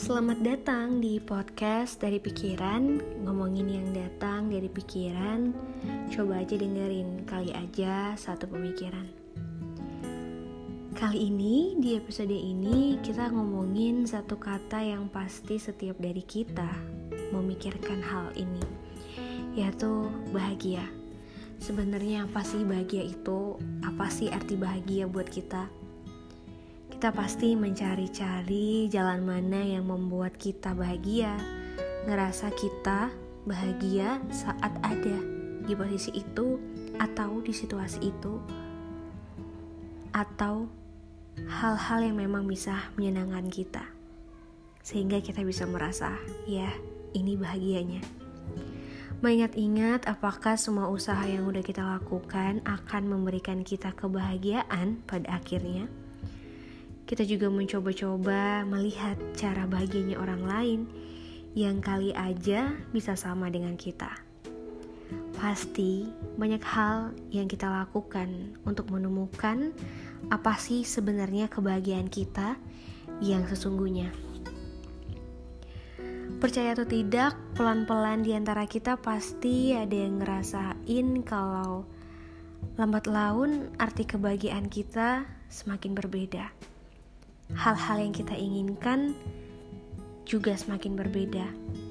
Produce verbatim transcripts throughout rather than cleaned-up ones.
Selamat datang di podcast dari pikiran. Ngomongin yang datang dari pikiran. Coba aja dengerin, kali aja satu pemikiran. Kali ini, di episode ini kita ngomongin satu kata yang pasti setiap dari kita memikirkan hal ini, yaitu bahagia. Sebenarnya apa sih bahagia itu? Apa sih arti bahagia buat kita? Kita pasti mencari-cari jalan mana yang membuat kita bahagia, ngerasa kita bahagia saat ada di posisi itu, atau di situasi itu, atau hal-hal yang memang bisa menyenangkan kita, sehingga kita bisa merasa, ya ini bahagianya. Mengingat-ingat apakah semua usaha yang udah kita lakukan akan memberikan kita kebahagiaan pada akhirnya. Kita juga mencoba-coba melihat cara bahagianya orang lain yang kali aja bisa sama dengan kita. Pasti banyak hal yang kita lakukan untuk menemukan apa sih sebenarnya kebahagiaan kita yang sesungguhnya. Percaya atau tidak, pelan-pelan di antara kita pasti ada yang ngerasain kalau lambat laun arti kebahagiaan kita semakin berbeda. Hal-hal yang kita inginkan juga semakin berbeda.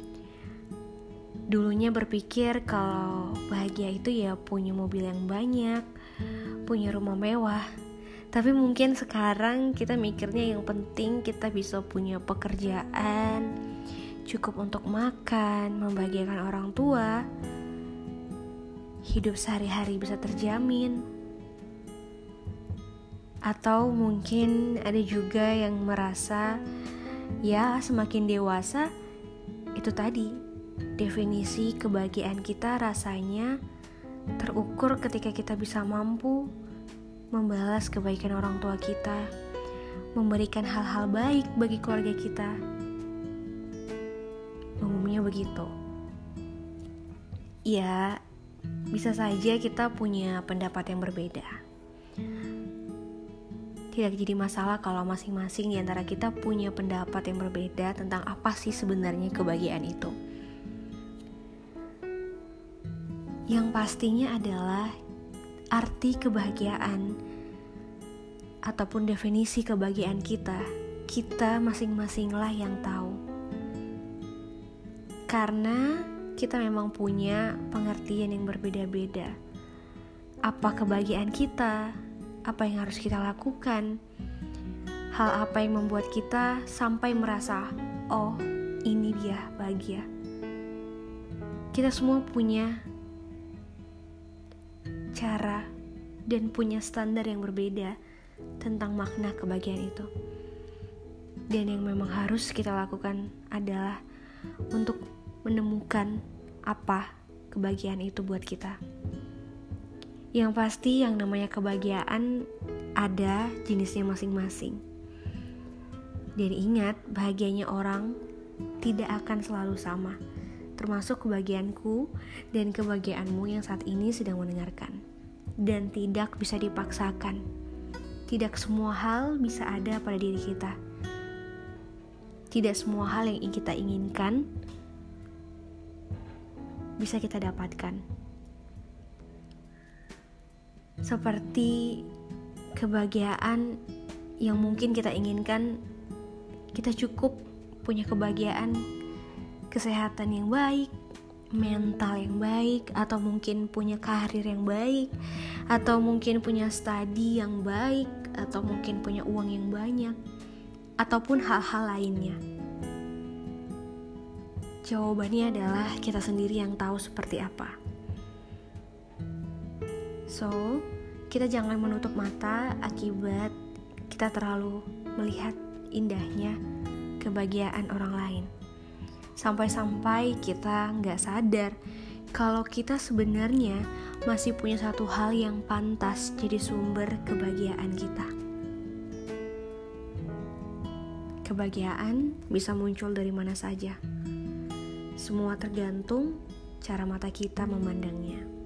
Dulunya berpikir kalau bahagia itu ya punya mobil yang banyak, punya rumah mewah. Tapi mungkin sekarang kita mikirnya yang penting kita bisa punya pekerjaan, cukup untuk makan, membahagiakan orang tua, hidup sehari-hari bisa terjamin. Atau mungkin ada juga yang merasa ya semakin dewasa itu tadi, definisi kebahagiaan kita rasanya terukur ketika kita bisa mampu membalas kebaikan orang tua kita, memberikan hal-hal baik bagi keluarga kita. Umumnya begitu. Ya, bisa saja kita punya pendapat yang berbeda. Tidak jadi masalah kalau masing-masing di antara kita punya pendapat yang berbeda tentang apa sih sebenarnya kebahagiaan itu. Yang pastinya adalah arti kebahagiaan ataupun definisi kebahagiaan kita, kita masing-masinglah yang tahu. Karena kita memang punya pengertian yang berbeda-beda. Apa kebahagiaan kita? Apa yang harus kita lakukan? Hal apa yang membuat kita sampai merasa, oh ini dia bahagia. Kita semua punya cara dan punya standar yang berbeda tentang makna kebahagiaan itu. Dan yang memang harus kita lakukan adalah untuk menemukan apa kebahagiaan itu buat kita. Yang pasti yang namanya kebahagiaan ada jenisnya masing-masing. Dan ingat, bahagianya orang tidak akan selalu sama, termasuk kebahagiaanku dan kebahagiaanmu yang saat ini sedang mendengarkan. Dan tidak bisa dipaksakan. Tidak semua hal bisa ada pada diri kita. Tidak semua hal yang kita inginkan bisa kita dapatkan. Seperti kebahagiaan yang mungkin kita inginkan, kita cukup punya kebahagiaan, kesehatan yang baik, mental yang baik, atau mungkin punya karir yang baik, atau mungkin punya studi yang baik, atau mungkin punya uang yang banyak, ataupun hal-hal lainnya. Jawabannya adalah kita sendiri yang tahu seperti apa. So, kita jangan menutup mata akibat kita terlalu melihat indahnya kebahagiaan orang lain. Sampai-sampai kita nggak sadar kalau kita sebenarnya masih punya satu hal yang pantas jadi sumber kebahagiaan kita. Kebahagiaan bisa muncul dari mana saja. Semua tergantung cara mata kita memandangnya.